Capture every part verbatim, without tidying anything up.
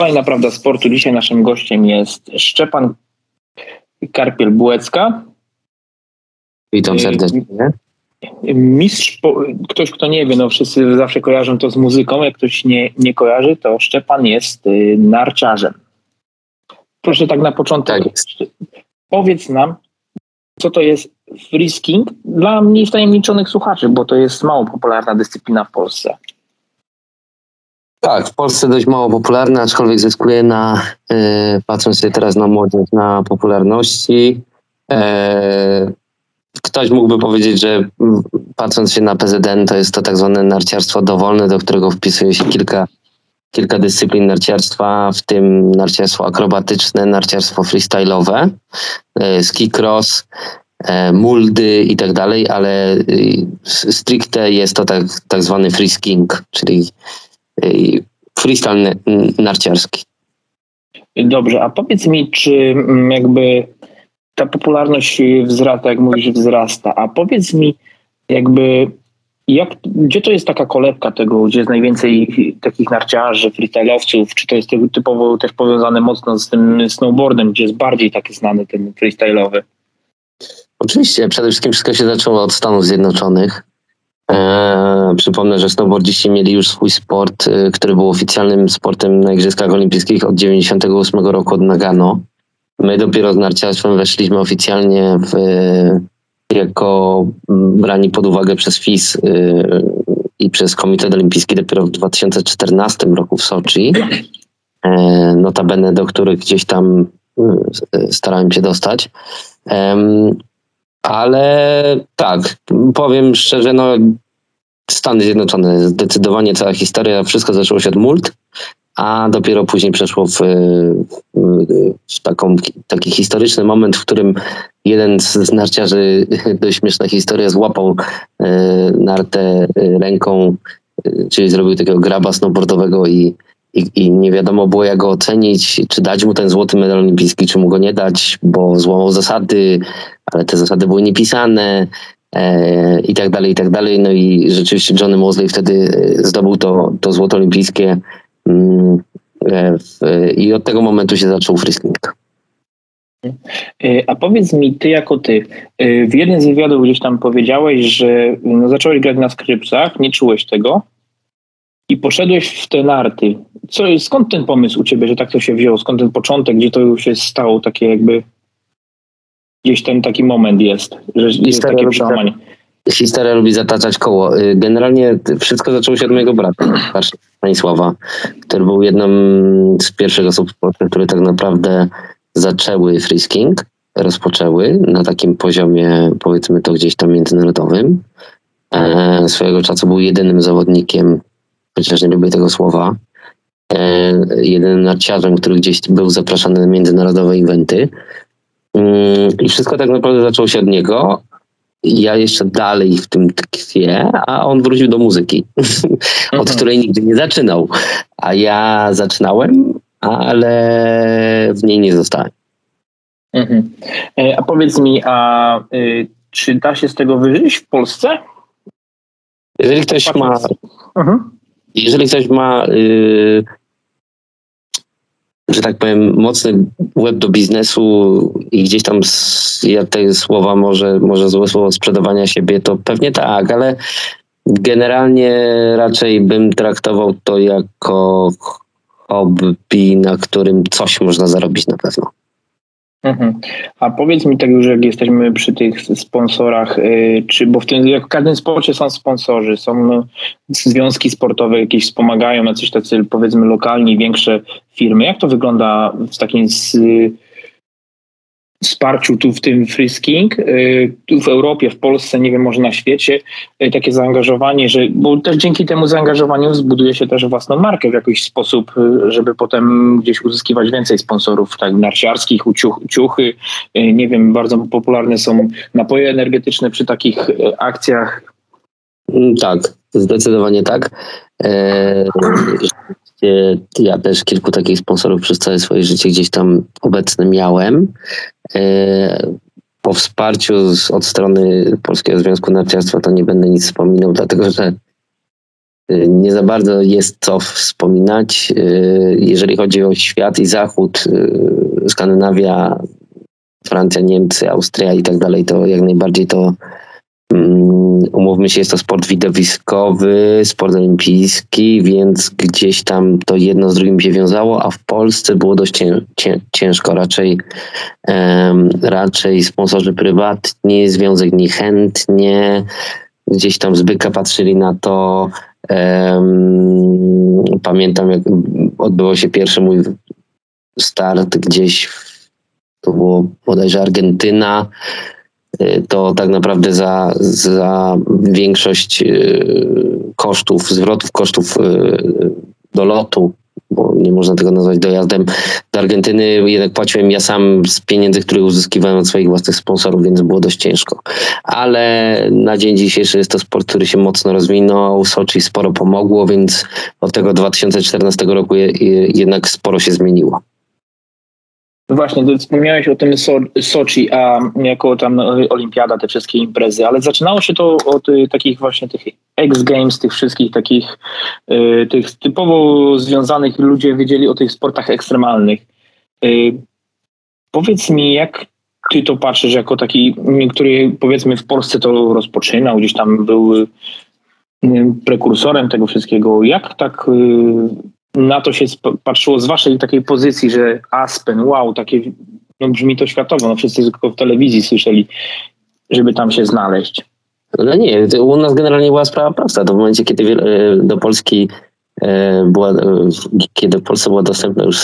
Fajna prawda sportu. Dzisiaj naszym gościem jest Szczepan Karpiel-Bułecka. Witam serdecznie. Mistrz, ktoś kto nie wie, no wszyscy zawsze kojarzą to z muzyką, jak ktoś nie, nie kojarzy, to Szczepan jest narciarzem. Proszę tak na początek, tak. Powiedz nam, co to jest freeskiing dla mniej wtajemniczonych słuchaczy, bo to jest mało popularna dyscyplina w Polsce. Tak, w Polsce dość mało popularna, aczkolwiek zyskuje na, yy, patrząc sobie teraz na młodzież, na popularności. Yy, ktoś mógłby powiedzieć, że patrząc się na P Z N, to jest to tak zwane narciarstwo dowolne, do którego wpisuje się kilka, kilka dyscyplin narciarstwa, w tym narciarstwo akrobatyczne, narciarstwo freestyle'owe, yy, ski cross, yy, muldy i tak dalej, ale yy, stricte jest to tak, tak zwany freeskiing, czyli freestyle narciarski. Dobrze, a powiedz mi, czy jakby ta popularność wzrasta, jak mówisz, wzrasta, a powiedz mi jakby, jak, gdzie to jest taka kolebka tego, gdzie jest najwięcej takich narciarzy, freestyle'owców, czy to jest typowo też powiązane mocno z tym snowboardem, gdzie jest bardziej taki znany ten freestyle'owy? Oczywiście, przede wszystkim wszystko się zaczęło od Stanów Zjednoczonych. Eee, przypomnę, że snowboardziści mieli już swój sport, y, który był oficjalnym sportem na Igrzyskach Olimpijskich od dziewięćdziesiątego ósmego roku od Nagano. My dopiero z narciarstwem weszliśmy oficjalnie w, jako brani pod uwagę przez F I S y, i przez Komitet Olimpijski dopiero w dwa tysiące czternastym roku w Soczi. Eee, notabene, do których gdzieś tam y, starałem się dostać. Eee, Ale tak, powiem szczerze, no Stany Zjednoczone, zdecydowanie cała historia, wszystko zaczęło się od mult, a dopiero później przeszło w, w taką, taki historyczny moment, w którym jeden z narciarzy, dość śmieszna historia, złapał nartę ręką, czyli zrobił takiego graba snowboardowego i I, I nie wiadomo było, jak go ocenić, czy dać mu ten złoty medal olimpijski, czy mu go nie dać, bo złamał zasady, ale te zasady były niepisane e, i tak dalej, i tak dalej. No i rzeczywiście Johnny Mosley wtedy zdobył to, to złoto olimpijskie mm, e, w, i od tego momentu się zaczął freeskiing. A powiedz mi, ty jako ty, w jednym z wywiadów gdzieś tam powiedziałeś, że no, zacząłeś grać na skrzypcach, nie czułeś tego i poszedłeś w te narty. Co, skąd ten pomysł u ciebie, że tak to się wzięło? Skąd ten początek, gdzie to już się stało, takie jakby gdzieś ten taki moment jest, że jest takie przełamanie? Historia lubi zataczać koło. Generalnie wszystko zaczęło się od mojego brata, Stanisława, który był jedną z pierwszych osób w Polsce, które tak naprawdę zaczęły freeskiing, rozpoczęły na takim poziomie, powiedzmy to gdzieś tam międzynarodowym. E, swojego czasu był jedynym zawodnikiem, chociaż nie lubię tego słowa, e, jedynym narciarzem, który gdzieś był zapraszany na międzynarodowe eventy. Mm, I wszystko tak naprawdę zaczęło się od niego. Ja jeszcze dalej w tym tkwię, a on wrócił do muzyki, od mhm. której nigdy nie zaczynał. A ja zaczynałem, ale w niej nie zostałem. Mhm. A powiedz mi, a y, czy da się z tego wyżyć w Polsce? Jeżeli ktoś ma... Mhm. Jeżeli ktoś ma, yy, że tak powiem, mocny łeb do biznesu i gdzieś tam, ja te słowa, może, może złe słowo sprzedawania siebie, to pewnie tak, ale generalnie raczej bym traktował to jako hobby, na którym coś można zarobić na pewno. Mhm. A powiedz mi tak już, jak jesteśmy przy tych sponsorach, yy, czy, bo w tym, jak w każdym sporcie są sponsorzy, są no, związki sportowe jakieś wspomagają, na coś tacy powiedzmy lokalni, większe firmy. Jak to wygląda w takim z, yy, wsparciu tu w tym freeskiing, yy, tu w Europie, w Polsce, nie wiem, może na świecie, yy, takie zaangażowanie, że, bo też dzięki temu zaangażowaniu zbuduje się też własną markę w jakiś sposób, yy, żeby potem gdzieś uzyskiwać więcej sponsorów, tak, narciarskich, ciuch, ciuchy, yy, nie wiem, bardzo popularne są napoje energetyczne przy takich yy, akcjach. Tak, zdecydowanie tak. Eee, ja też kilku takich sponsorów przez całe swoje życie gdzieś tam obecne miałem. Po wsparciu z, od strony Polskiego Związku Narciarstwa to nie będę nic wspominał, dlatego że nie za bardzo jest co wspominać. Jeżeli chodzi o świat i zachód, Skandynawia, Francja, Niemcy, Austria i tak dalej, to jak najbardziej to umówmy się, jest to sport widowiskowy, sport olimpijski, więc gdzieś tam to jedno z drugim się wiązało, a w Polsce było dość cię, cię, ciężko. Raczej, um, raczej sponsorzy prywatni, związek niechętnie, gdzieś tam z byka patrzyli na to. Um, pamiętam, jak odbyło się pierwszy mój start gdzieś, to było bodajże Argentyna, to tak naprawdę za, za większość kosztów, zwrotów kosztów do lotu, bo nie można tego nazwać dojazdem do Argentyny, jednak płaciłem ja sam z pieniędzy, które uzyskiwałem od swoich własnych sponsorów, więc było dość ciężko. Ale na dzień dzisiejszy jest to sport, który się mocno rozwinął, Soczi sporo pomogło, więc od tego dwa tysiące czternastego roku je, je, jednak sporo się zmieniło. No właśnie, to wspomniałeś o tym so, Soczi, a jako tam olimpiada, te wszystkie imprezy, ale zaczynało się to od y, takich właśnie tych X Games, tych wszystkich takich y, tych typowo związanych, ludzie wiedzieli o tych sportach ekstremalnych. Y, powiedz mi, jak ty to patrzysz jako taki, który powiedzmy w Polsce to rozpoczynał, gdzieś tam był y, prekursorem tego wszystkiego. Jak tak... Y, na to się patrzyło z waszej takiej pozycji, że Aspen, wow, takie, no brzmi to światowo, no wszyscy tylko w telewizji słyszeli, żeby tam się znaleźć. No nie, u nas generalnie była sprawa prosta. To w momencie, kiedy do Polski była, kiedy w Polsce była dostępna już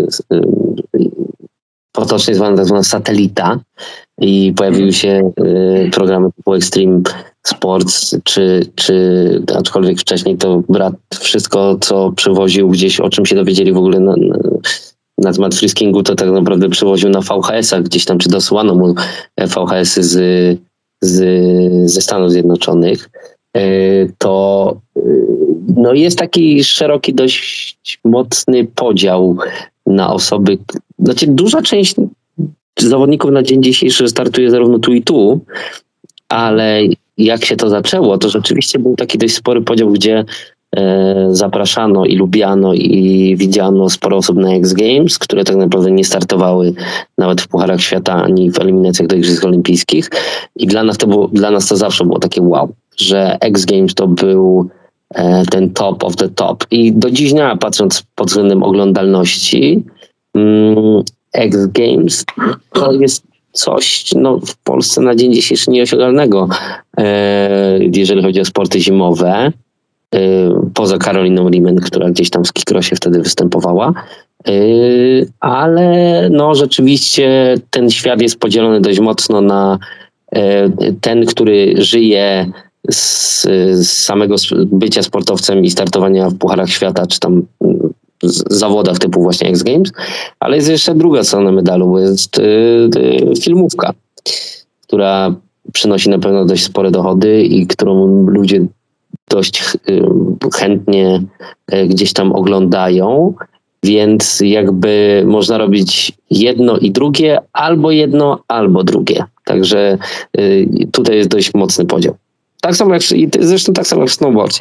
potocznie zwana tak zwana satelita i pojawiły się programy typu Extreme Sports, czy, czy aczkolwiek wcześniej to brat wszystko, co przywoził gdzieś, o czym się dowiedzieli w ogóle na, na temat friskingu, to tak naprawdę przywoził na V H S-ach gdzieś tam, czy dosyłano mu V H S-y z, z, ze Stanów Zjednoczonych, to no jest taki szeroki, dość mocny podział na osoby. Znaczy duża część zawodników na dzień dzisiejszy startuje zarówno tu i tu, ale jak się to zaczęło, to rzeczywiście był taki dość spory podział, gdzie e, zapraszano i lubiano i widziano sporo osób na X Games, które tak naprawdę nie startowały nawet w Pucharach Świata ani w eliminacjach do Igrzysk Olimpijskich. I dla nas to było, dla nas to zawsze było takie wow, że X Games to był e, ten top of the top. I do dziś dnia, patrząc pod względem oglądalności, mm, X Games to jest coś no, w Polsce na dzień dzisiejszy nieosiągalnego, e, jeżeli chodzi o sporty zimowe, e, poza Karoliną Riemann, która gdzieś tam w skicrossie wtedy występowała, e, ale no rzeczywiście ten świat jest podzielony dość mocno na e, ten, który żyje z, z samego bycia sportowcem i startowania w Pucharach Świata, czy tam zawodach typu właśnie X Games, ale jest jeszcze druga strona medalu, bo jest y, y, filmówka, która przynosi na pewno dość spore dochody i którą ludzie dość y, chętnie y, gdzieś tam oglądają, więc jakby można robić jedno i drugie, albo jedno, albo drugie. Także y, tutaj jest dość mocny podział. Tak samo jak, zresztą tak samo jak w snowboardzie.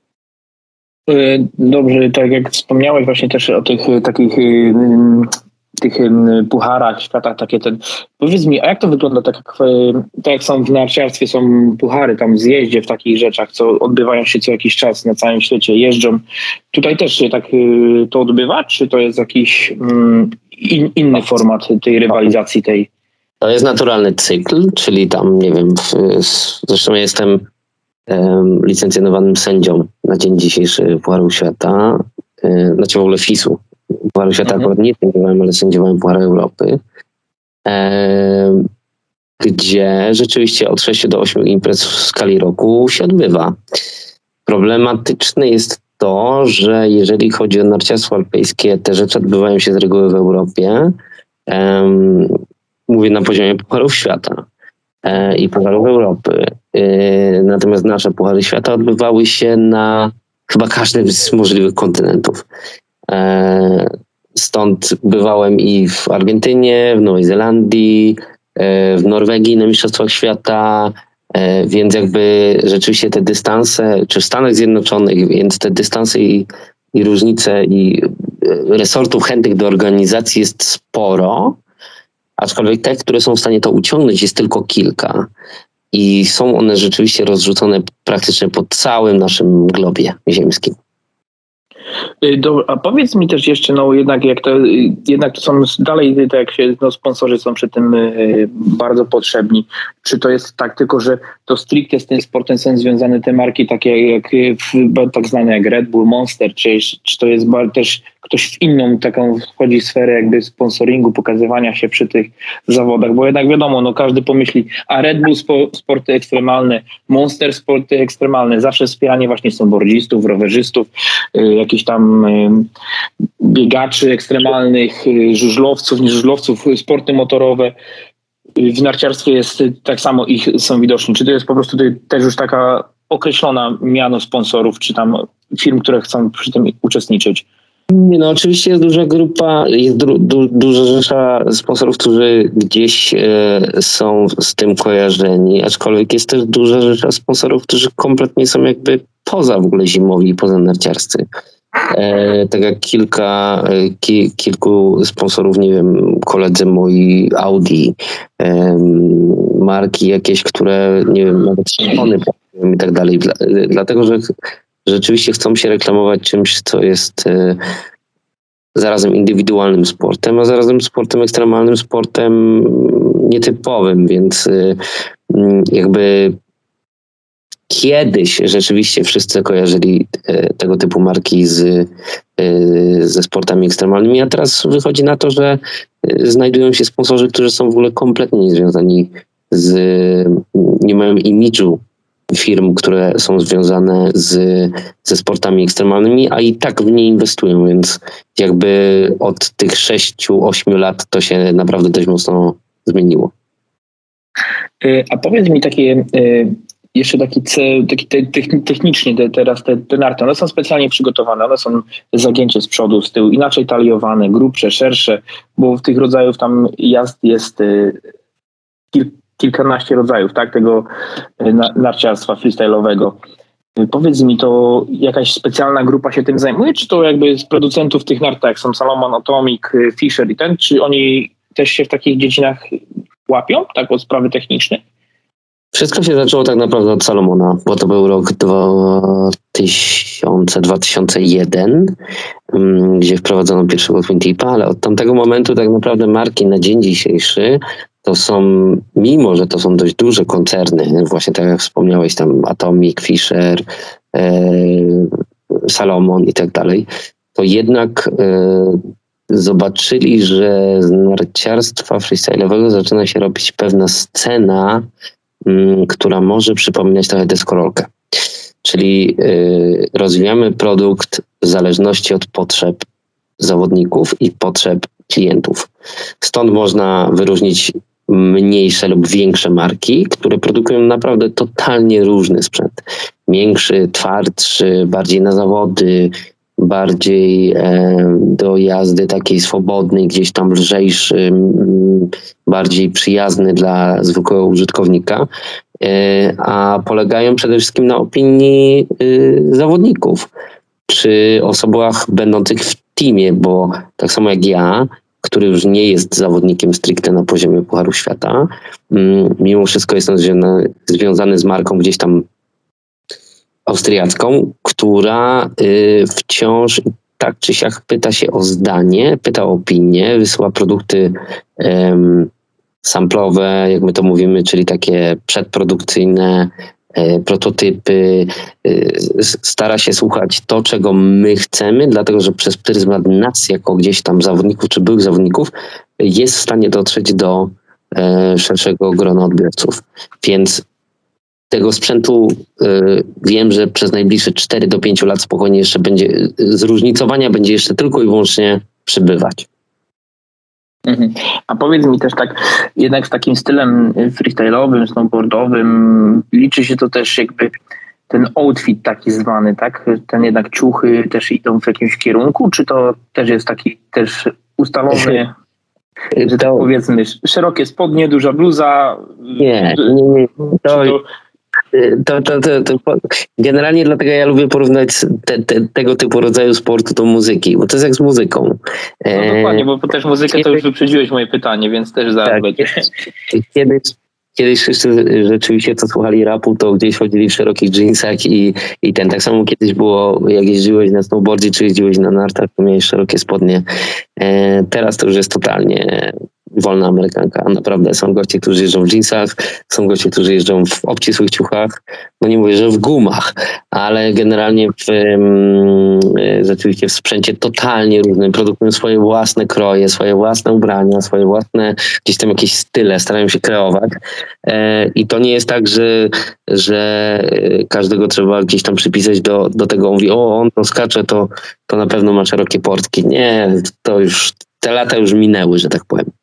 Dobrze, tak jak wspomniałeś właśnie też o tych takich tych pucharach, światach, takie ten. Powiedz mi, a jak to wygląda, tak jak, tak jak są w narciarstwie, są puchary tam w zjeździe, w takich rzeczach, co odbywają się co jakiś czas na całym świecie, jeżdżą. Tutaj też się tak to odbywa, czy to jest jakiś in, inny format tej rywalizacji tej? To jest naturalny cykl, czyli tam, nie wiem, w, zresztą ja jestem um, licencjonowanym sędzią na dzień dzisiejszy Pucharu Świata, e, znaczy w ogóle F I S-u. Pucharu Świata mhm. akurat nie sędziowałem, ale sędziowałem Puchar Europy, e, gdzie rzeczywiście od sześciu do ośmiu imprez w skali roku się odbywa. Problematyczne jest to, że jeżeli chodzi o narciarstwo alpejskie, te rzeczy odbywają się z reguły w Europie. Um, mówię na poziomie Pucharów Świata e, i Pucharów Europy. E, natomiast nasze Puchary Świata odbywały się na chyba każdym z możliwych kontynentów. E, stąd bywałem i w Argentynie, w Nowej Zelandii, e, w Norwegii na Mistrzostwach Świata, Więc jakby rzeczywiście te dystanse, czy w Stanach Zjednoczonych, więc te dystanse i, i różnice i resortów chętnych do organizacji jest sporo, aczkolwiek te, które są w stanie to uciągnąć, jest tylko kilka. I są one rzeczywiście rozrzucone praktycznie po całym naszym globie ziemskim. Dobra, a powiedz mi też jeszcze, no jednak jak to, jednak to są dalej, tak jak się, no sponsorzy są przy tym y, bardzo potrzebni. Czy to jest tak tylko, że to stricte z tym sportem są związane te marki takie jak w, tak zwane jak Red Bull, Monster, czy, czy to jest też ktoś w inną taką wchodzi w sferę jakby sponsoringu, pokazywania się przy tych zawodach, bo jednak wiadomo, no każdy pomyśli, a Red Bull spo, sporty ekstremalne, Monster sporty ekstremalne, zawsze wspieranie właśnie snowboardzistów, rowerzystów, y, jakichś tam y, biegaczy ekstremalnych, y, żużlowców, nie żużlowców, sporty motorowe. W narciarstwie jest tak samo ich są widoczni. Czy to jest po prostu też już taka określona miano sponsorów, czy tam firm, które chcą przy tym uczestniczyć? No oczywiście jest duża grupa, jest du, du, duża rzesza sponsorów, którzy gdzieś e, są z tym kojarzeni, aczkolwiek jest też duża rzesza sponsorów, którzy kompletnie są jakby poza w ogóle zimowi i poza narciarscy. E, tak jak kilka, e, ki, kilku sponsorów, nie wiem, koledzy moi Audi, e, marki jakieś, które nie wiem, nawet szampony i tak dalej, Dla, dlatego, że rzeczywiście chcą się reklamować czymś, co jest e, zarazem indywidualnym sportem, a zarazem sportem ekstremalnym, sportem nietypowym, więc e, jakby kiedyś rzeczywiście wszyscy kojarzyli e, tego typu marki z, e, ze sportami ekstremalnymi, a teraz wychodzi na to, że e, znajdują się sponsorzy, którzy są w ogóle kompletnie niezwiązani z, nie mają imidżu firm, które są związane z, ze sportami ekstremalnymi, a i tak w nie inwestują, więc jakby od tych sześciu, ośmiu lat to się naprawdę dość mocno zmieniło. A powiedz mi takie, jeszcze taki, taki technicznie te, teraz te, te narty, one są specjalnie przygotowane, one są zagięcie z przodu, z tyłu, inaczej taliowane, grubsze, szersze, bo w tych rodzajów tam jazd jest kilka kilkanaście rodzajów, tak, tego narciarstwa freestyle'owego. Powiedz mi, to jakaś specjalna grupa się tym zajmuje, czy to jakby z producentów tych nart, jak są Salomon, Atomic, Fisher i ten, czy oni też się w takich dziedzinach łapią, tak, od sprawy techniczne? Wszystko się zaczęło tak naprawdę od Salomona, bo to był rok dwa tysiące, dwa tysiące jeden, gdzie wprowadzono pierwszego Twin Tipa, ale od tamtego momentu tak naprawdę marki na dzień dzisiejszy to są, mimo że to są dość duże koncerny, właśnie tak jak wspomniałeś, tam Atomic, Fisher, e, Salomon i tak dalej, to jednak e, zobaczyli, że z narciarstwa freestyle'owego zaczyna się robić pewna scena, m, która może przypominać trochę deskorolkę. Czyli y, rozwijamy produkt w zależności od potrzeb zawodników i potrzeb klientów. Stąd można wyróżnić mniejsze lub większe marki, które produkują naprawdę totalnie różny sprzęt. Miększy, twardszy, bardziej na zawody, bardziej e, do jazdy takiej swobodnej, gdzieś tam lżejszy, m, bardziej przyjazny dla zwykłego użytkownika, e, a polegają przede wszystkim na opinii y, zawodników, czy osobach będących w teamie, bo tak samo jak ja, który już nie jest zawodnikiem stricte na poziomie Pucharu Świata, m, mimo wszystko jestem związany, związany z marką gdzieś tam austriacką, która y, wciąż tak czy siak pyta się o zdanie, pyta o opinię, wysyła produkty ym, samplowe, jak my to mówimy, czyli takie przedprodukcyjne y, prototypy. Y, stara się słuchać to, czego my chcemy, dlatego że przez pryzmat nas, jako gdzieś tam zawodników czy byłych zawodników, jest w stanie dotrzeć do y, szerszego grona odbiorców. Więc tego sprzętu y, wiem, że przez najbliższe cztery do pięciu lat spokojnie jeszcze będzie, y, zróżnicowania będzie jeszcze tylko i wyłącznie przybywać. Mhm. A powiedz mi też tak, jednak z takim stylem freestyle'owym, snowboardowym liczy się to też jakby ten outfit taki zwany, tak? Ten jednak ciuchy też idą w jakimś kierunku, czy to też jest taki też ustalony, że tak powiedzmy, szerokie spodnie, duża bluza? Nie, nie, nie. To, to... To, to, to, to, generalnie dlatego ja lubię porównać te, te, tego typu rodzaju sportu do muzyki, bo to jest jak z muzyką. No dokładnie, bo też muzykę to już wyprzedziłeś moje pytanie, więc też zaraz tak, będzie. Kiedyś, kiedyś wszyscy rzeczywiście co słuchali rapu, to gdzieś chodzili w szerokich jeansach i, i ten, tak samo kiedyś było, jak jeździłeś na snowboardzie, czy jeździłeś na nartach, to miałeś szerokie spodnie. E, teraz to już jest totalnie wolna amerykanka. Naprawdę są goście, którzy jeżdżą w jeansach, są goście, którzy jeżdżą w obcisłych ciuchach, no nie mówię, że w gumach, ale generalnie w, um, rzeczywiście w sprzęcie totalnie różnym, produkują swoje własne kroje, swoje własne ubrania, swoje własne gdzieś tam jakieś style, starają się kreować e, i to nie jest tak, że, że każdego trzeba gdzieś tam przypisać do, do tego, on mówi, o on to skacze, to, to na pewno ma szerokie portki. Nie, to już, te lata już minęły, że tak powiem.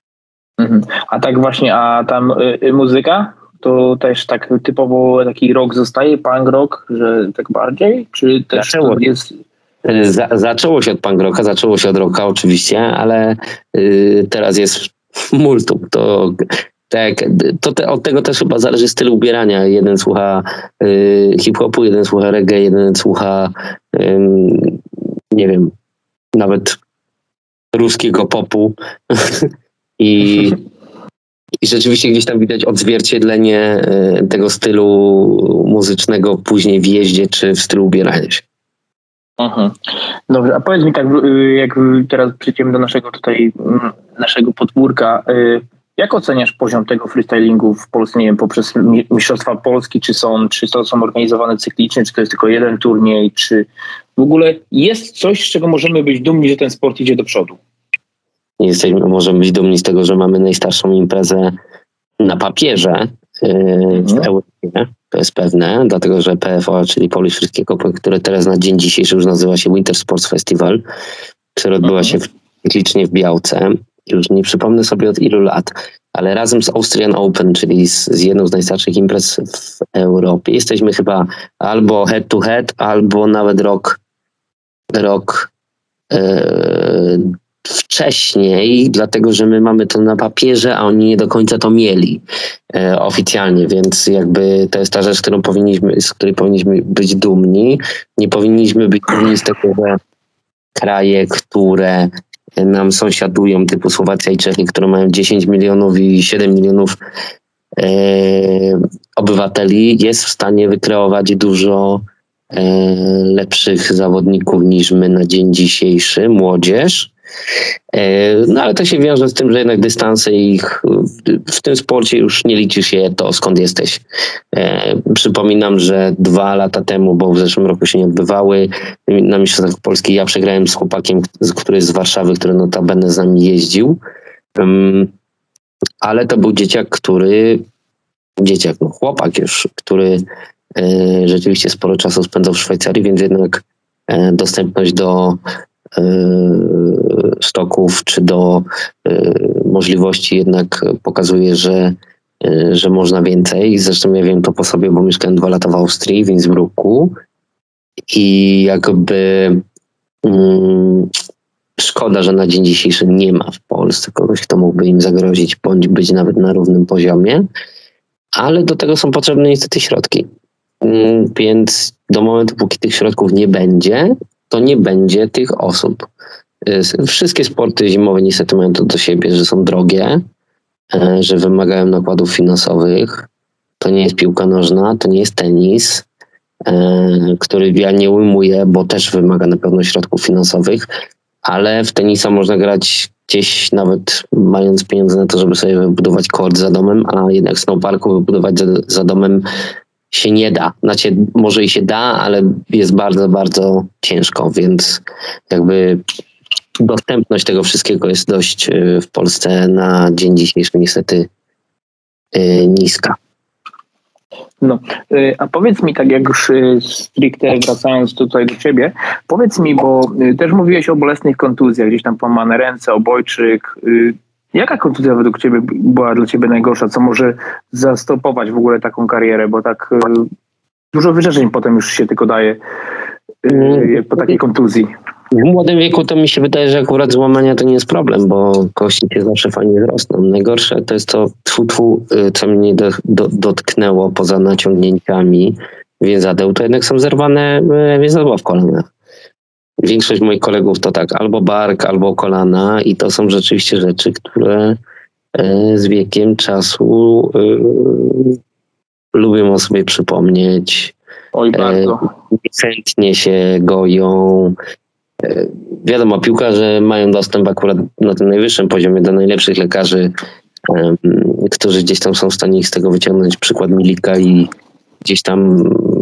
A tak właśnie, a tam y, muzyka? To też tak typowo taki rock zostaje, punk rock, że tak bardziej? Czy też Zaczęło, jest... za, zaczęło się od punk rocka, zaczęło się od rocka oczywiście, ale y, teraz jest multum. To, tak, to te, od tego też chyba zależy styl ubierania. Jeden słucha y, hip-hopu, jeden słucha reggae, jeden słucha y, nie wiem, nawet ruskiego popu. I, I rzeczywiście gdzieś tam widać odzwierciedlenie tego stylu muzycznego później w jeździe czy w stylu ubierania się. Aha. Dobrze, a powiedz mi tak, jak teraz przejdziemy do naszego tutaj, naszego podwórka, jak oceniasz poziom tego freestylingu w Polsce, nie wiem, poprzez Mistrzostwa Polski, czy są, czy to są organizowane cyklicznie, czy to jest tylko jeden turniej, czy w ogóle jest coś, z czego możemy być dumni, że ten sport idzie do przodu? Nie jesteśmy, możemy być dumni z tego, że mamy najstarszą imprezę na papierze yy, w Europie. To jest pewne, dlatego że P F O, czyli Polish Freestyle Cup, które teraz na dzień dzisiejszy już nazywa się Winter Sports Festival, która odbyła się w, cyklicznie w Białce. Już nie przypomnę sobie od ilu lat, ale razem z Austrian Open, czyli z, z jedną z najstarszych imprez w Europie, jesteśmy chyba albo head to head, albo nawet rok, rok yy, wcześniej, dlatego że my mamy to na papierze, a oni nie do końca to mieli e, oficjalnie, więc jakby to jest ta rzecz, którą powinniśmy, z której powinniśmy być dumni. Nie powinniśmy być dumni z tego, że kraje, które nam sąsiadują, typu Słowacja i Czechy, które mają dziesięć milionów i siedem milionów e, obywateli, jest w stanie wykreować dużo e, lepszych zawodników niż my na dzień dzisiejszy, młodzież. No ale to się wiąże z tym, że jednak dystanse ich w tym sporcie już nie liczy się to, skąd jesteś. E, przypominam, że dwa lata temu, bo w zeszłym roku się nie odbywały, na Mistrzostwach Polski ja przegrałem z chłopakiem, który jest z Warszawy, który notabene z nami jeździł. Um, ale to był dzieciak, który dzieciak, no chłopak już, który e, rzeczywiście sporo czasu spędzał w Szwajcarii, więc jednak e, dostępność do stoków czy do możliwości jednak pokazuje, że, że można więcej. Zresztą ja wiem to po sobie, bo mieszkałem dwa lata w Austrii, w Innsbrucku i jakby mm, szkoda, że na dzień dzisiejszy nie ma w Polsce kogoś, kto mógłby im zagrozić, bądź być nawet na równym poziomie, ale do tego są potrzebne niestety środki. Mm, więc do momentu, póki tych środków nie będzie, to nie będzie tych osób. Wszystkie sporty zimowe niestety mają to do siebie, że są drogie, że wymagają nakładów finansowych. To nie jest piłka nożna, to nie jest tenis, który ja nie ujmuję, bo też wymaga na pewno środków finansowych, ale w tenisa można grać gdzieś nawet mając pieniądze na to, żeby sobie wybudować kort za domem, a jednak snowparku wybudować za, za domem się nie da. Znaczy, może i się da, ale jest bardzo, bardzo ciężko, więc jakby dostępność tego wszystkiego jest dość w Polsce na dzień dzisiejszy niestety niska. No, a powiedz mi tak, jak już stricte wracając tutaj do ciebie, powiedz mi, bo też mówiłeś o bolesnych kontuzjach, gdzieś tam połamane ręce, obojczyk. Jaka kontuzja według ciebie była dla ciebie najgorsza? Co może zastopować w ogóle taką karierę? Bo tak dużo wyrzeczeń potem już się tylko daje yy, po takiej kontuzji. W młodym wieku to mi się wydaje, że akurat złamania to nie jest problem, bo kości cię zawsze fajnie wzrosną. Najgorsze to jest to, tfu, tfu, co mnie do, do, dotknęło poza naciągnięciami więzadeł, to jednak są zerwane więzadła w kolanach. Większość moich kolegów to tak, albo bark, albo kolana i to są rzeczywiście rzeczy, które z wiekiem czasu yy, lubią o sobie przypomnieć. Oj, bardzo. Yy, chętnie się goją. Yy, wiadomo, piłkarze mają dostęp akurat na tym najwyższym poziomie do najlepszych lekarzy, yy, którzy gdzieś tam są w stanie ich z tego wyciągnąć. Przykład Milika i gdzieś tam...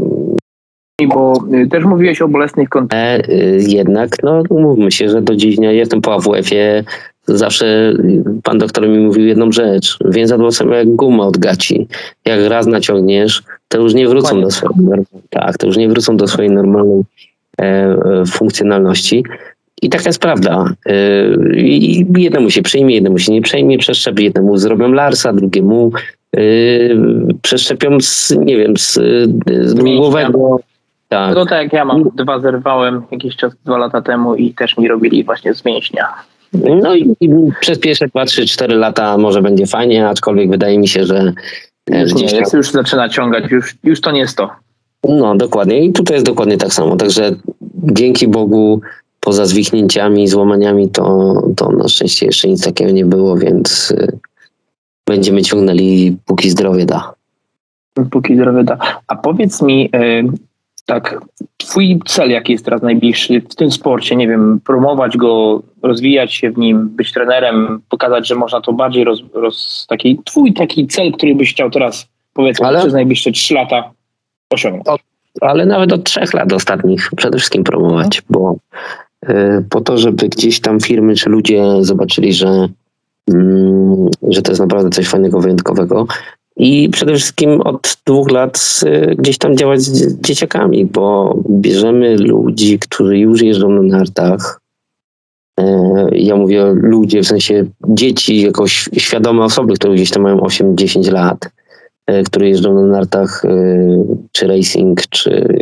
Bo y, też mówiłeś o bolesnych kontuzjach. Yy, jednak, no umówmy się, że do dziś dnia jestem po A W F-ie. Zawsze pan doktor mi mówił jedną rzecz. Więzadła są jak guma od gaci. Jak raz naciągniesz, to już nie wrócą do swojej, tak, to już nie wrócą do swojej normalnej e, e, funkcjonalności. I taka jest prawda. E, I jednemu się przyjmie, jednemu się nie przejmie, przeszczep, jednemu zrobią Larsa, drugiemu e, przeszczepią z, nie wiem, z, z długowego. Tak. No tak jak ja mam, dwa zerwałem jakiś czas, dwa lata temu i też mi robili właśnie z mięśnia. No i, i przez pierwsze dwa, trzy, cztery lata może będzie fajnie, aczkolwiek wydaje mi się, że... Już nie, jest, już zaczyna ciągać, już, już to nie jest to. No dokładnie i tutaj jest dokładnie tak samo, także dzięki Bogu poza zwichnięciami, złamaniami to, to na szczęście jeszcze nic takiego nie było, więc y, będziemy ciągnęli póki zdrowie da. Póki zdrowie da. A powiedz mi... Y- Tak, twój cel jaki jest teraz najbliższy w tym sporcie? Nie wiem, promować go, rozwijać się w nim, być trenerem, pokazać, że można to bardziej roz... roz taki, twój taki cel, który byś chciał teraz, powiedzmy, ale... przez najbliższe trzy lata osiągnąć. O, ale nawet od trzech lat ostatnich przede wszystkim promować, bo y, po to, żeby gdzieś tam firmy czy ludzie zobaczyli, że, y, że to jest naprawdę coś fajnego, wyjątkowego. I przede wszystkim od dwóch lat y, gdzieś tam działać z dzieciakami, bo bierzemy ludzi, którzy już jeżdżą na nartach. Y, ja mówię ludzie, w sensie dzieci, jakoś świadome osoby, które gdzieś tam mają osiem dziesięć lat, y, które jeżdżą na nartach, y, czy racing, czy,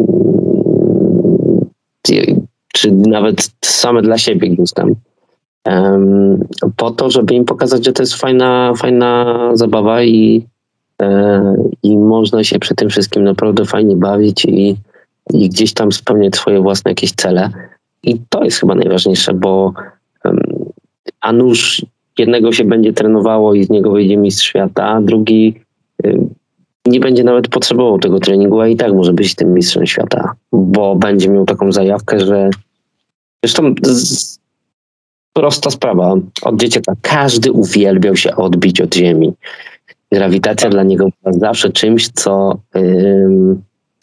y, czy nawet same dla siebie gdzieś tam. Um, po to, żeby im pokazać, że to jest fajna, fajna zabawa i, e, i można się przy tym wszystkim naprawdę fajnie bawić i, i gdzieś tam spełniać swoje własne jakieś cele. I to jest chyba najważniejsze, bo um, a nuż jednego się będzie trenowało i z niego wyjdzie mistrz świata, a drugi um, nie będzie nawet potrzebował tego treningu, a i tak może być tym mistrzem świata, bo będzie miał taką zajawkę, że zresztą z, prosta sprawa. Od dzieciaka każdy uwielbiał się odbić od ziemi. Grawitacja dla niego była zawsze czymś, co ym,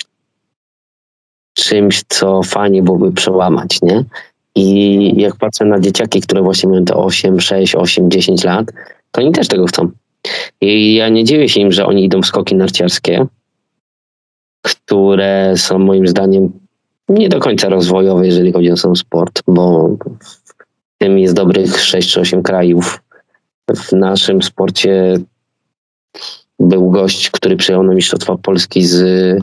czymś, co fajnie byłoby przełamać, nie? I jak patrzę na dzieciaki, które właśnie mają te osiem, sześć, osiem, dziesięć lat, to oni też tego chcą. I ja nie dziwię się im, że oni idą w skoki narciarskie, które są moim zdaniem nie do końca rozwojowe, jeżeli chodzi o sam sport, bo w tym jest dobrych sześć czy osiem krajów. W naszym sporcie był gość, który przyjechał na Mistrzostwa Polski z,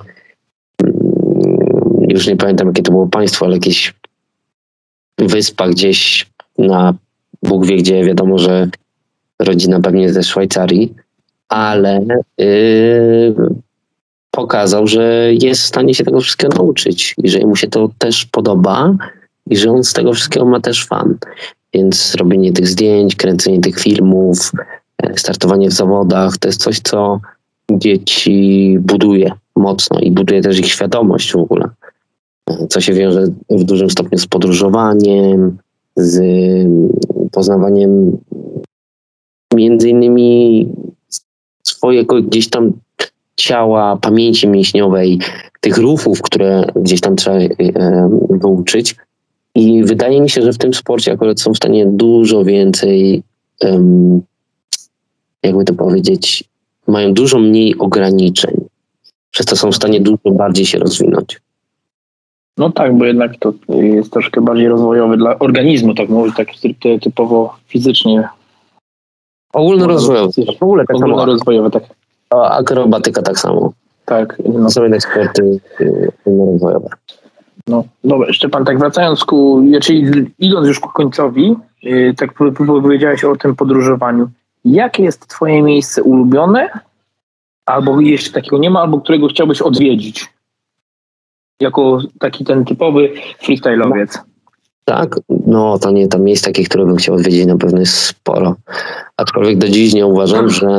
już nie pamiętam jakie to było państwo, ale jakieś wyspa gdzieś na Bóg wie gdzie, wiadomo, że rodzina pewnie ze Szwajcarii, ale yy, pokazał, że jest w stanie się tego wszystkiego nauczyć i że mu się to też podoba i że on z tego wszystkiego ma też fan. Więc robienie tych zdjęć, kręcenie tych filmów, startowanie w zawodach, to jest coś, co dzieci buduje mocno i buduje też ich świadomość w ogóle. Co się wiąże w dużym stopniu z podróżowaniem, z poznawaniem między innymi swojego gdzieś tam ciała, pamięci mięśniowej, tych ruchów, które gdzieś tam trzeba e, wyuczyć. I wydaje mi się, że w tym sporcie akurat są w stanie dużo więcej, um, jakby to powiedzieć, mają dużo mniej ograniczeń. Przez to są w stanie dużo bardziej się rozwinąć. No tak, bo jednak to jest troszkę bardziej rozwojowy dla organizmu, tak mówię, tak typowo fizycznie. Ogólnorozwojowy. W ogóle tak ogólnorozwojowy, tak. A akrobatyka tak samo. Tak. No. Są jednak sporty ogólnorozwojowe. No dobra, Szczepan, tak wracając ku, czyli idąc już ku końcowi, yy, tak powiedziałeś o tym podróżowaniu. Jakie jest twoje miejsce ulubione? Albo jeszcze takiego nie ma, albo którego chciałbyś odwiedzić? Jako taki ten typowy freestyle'owiec. Tak, no to nie, tam miejsc takich, które bym chciał odwiedzić, na pewno jest sporo. Aczkolwiek do dziś nie uważam, że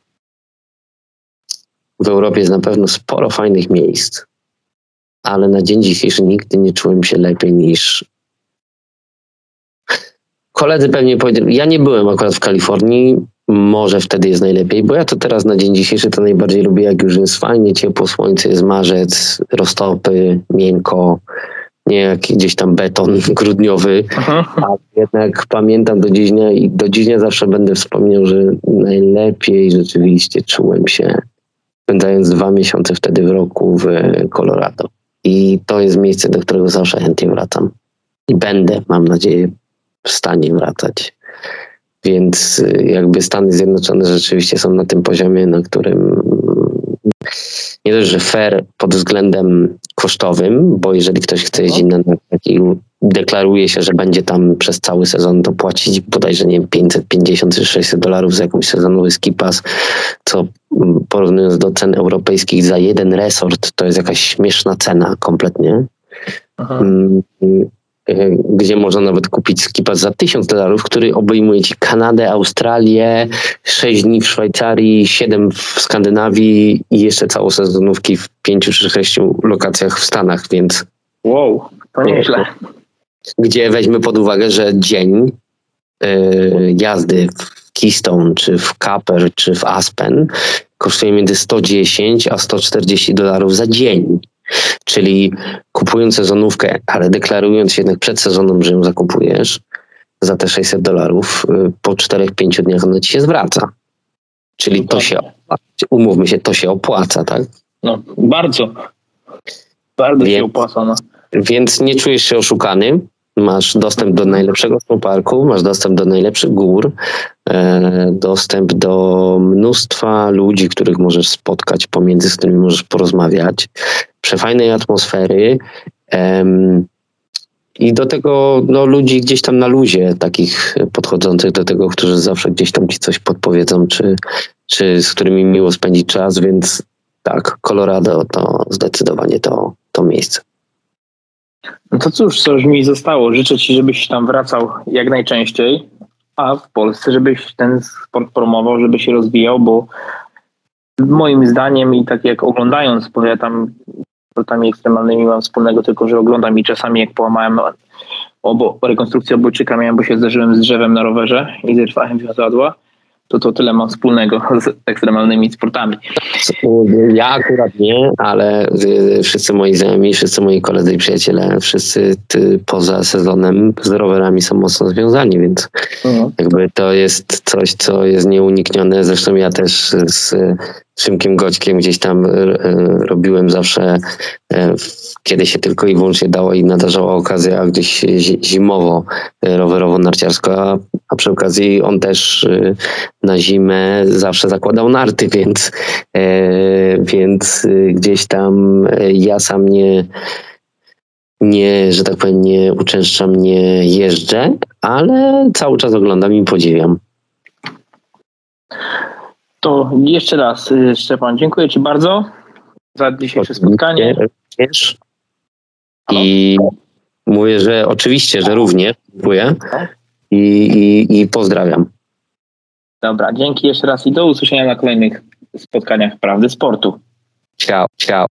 w Europie jest na pewno sporo fajnych miejsc, ale na dzień dzisiejszy nigdy nie czułem się lepiej niż koledzy pewnie powiedzieli. Ja nie byłem akurat w Kalifornii, może wtedy jest najlepiej, bo ja to teraz na dzień dzisiejszy to najbardziej lubię, jak już jest fajnie, ciepło, słońce, jest marzec, roztopy, miękko, nie jak gdzieś tam beton grudniowy, Aha. a jednak pamiętam do dziś dnia i do dziś dnia zawsze będę wspomniał, że najlepiej rzeczywiście czułem się spędzając dwa miesiące wtedy w roku w Colorado. I to jest miejsce, do którego zawsze chętnie wracam. I będę, mam nadzieję, w stanie wracać. Więc jakby Stany Zjednoczone rzeczywiście są na tym poziomie, na którym nie dość, że fair pod względem kosztowym, bo jeżeli ktoś chce jeździć na nartach i deklaruje się, że będzie tam przez cały sezon, to płacić bodajże nie wiem, pięćset pięćdziesiąt czy sześćset dolarów za jakąś sezonowy ski pass, co porównując do cen europejskich za jeden resort, to jest jakaś śmieszna cena kompletnie. Aha. Gdzie można nawet kupić ski pass za tysiąc dolarów, który obejmuje ci Kanadę, Australię, sześć dni w Szwajcarii, siedem w Skandynawii i jeszcze całą sezonówki w pięciu czy sześciu lokacjach w Stanach, więc wow, to nieźle. Gdzie weźmy pod uwagę, że dzień yy, jazdy w Keystone, czy w Capper, czy w Aspen kosztuje między sto dziesięć a sto czterdzieści dolarów za dzień. Czyli kupując sezonówkę, ale deklarując jednak przed sezonem, że ją zakupujesz za te sześćset dolarów, po czterech pięciu dniach ona ci się zwraca. Czyli Dokładnie. to się opłaca. Umówmy się, to się opłaca, tak? No, bardzo. Bardzo więc, się opłaca. No. Więc nie czujesz się oszukany. Masz dostęp do najlepszego snowparku, masz dostęp do najlepszych gór, e, dostęp do mnóstwa ludzi, których możesz spotkać, pomiędzy z którymi możesz porozmawiać, przefajnej atmosfery em, i do tego no, ludzi gdzieś tam na luzie, takich podchodzących do tego, którzy zawsze gdzieś tam ci coś podpowiedzą, czy, czy z którymi miło spędzić czas, więc tak, Colorado to zdecydowanie to, to miejsce. No to cóż, co już mi zostało. Życzę ci, żebyś tam wracał jak najczęściej, a w Polsce, żebyś ten sport promował, żeby się rozwijał, bo moim zdaniem i tak jak oglądając, bo ja tam sportami ekstremalnymi mam wspólnego tylko, że oglądam i czasami jak połamałem obo, rekonstrukcję obojczyka miałem, bo się zderzyłem z drzewem na rowerze i zerwałem wiodła, to to tyle mam wspólnego z ekstremalnymi sportami. Ja akurat nie, ale wszyscy moi znajomi, wszyscy moi koledzy i przyjaciele, wszyscy ty, poza sezonem z rowerami są mocno związani, więc mhm. jakby to jest coś, co jest nieuniknione. Zresztą ja też z Szymkiem Goćkiem gdzieś tam robiłem zawsze, kiedy się tylko i wyłącznie dało i nadarzała okazja gdzieś zimowo rowerowo-narciarsko, a przy okazji on też na zimę zawsze zakładał narty, więc, więc gdzieś tam ja sam nie, nie, że tak powiem, nie uczęszczam, nie jeżdżę, ale cały czas oglądam i podziwiam. To jeszcze raz, Szczepan, dziękuję ci bardzo za dzisiejsze spotkanie. Również. I mówię, że oczywiście, że również dziękuję i, i, i pozdrawiam. Dobra, dzięki jeszcze raz i do usłyszenia na kolejnych spotkaniach Prawdy Sportu. Ciao, ciao.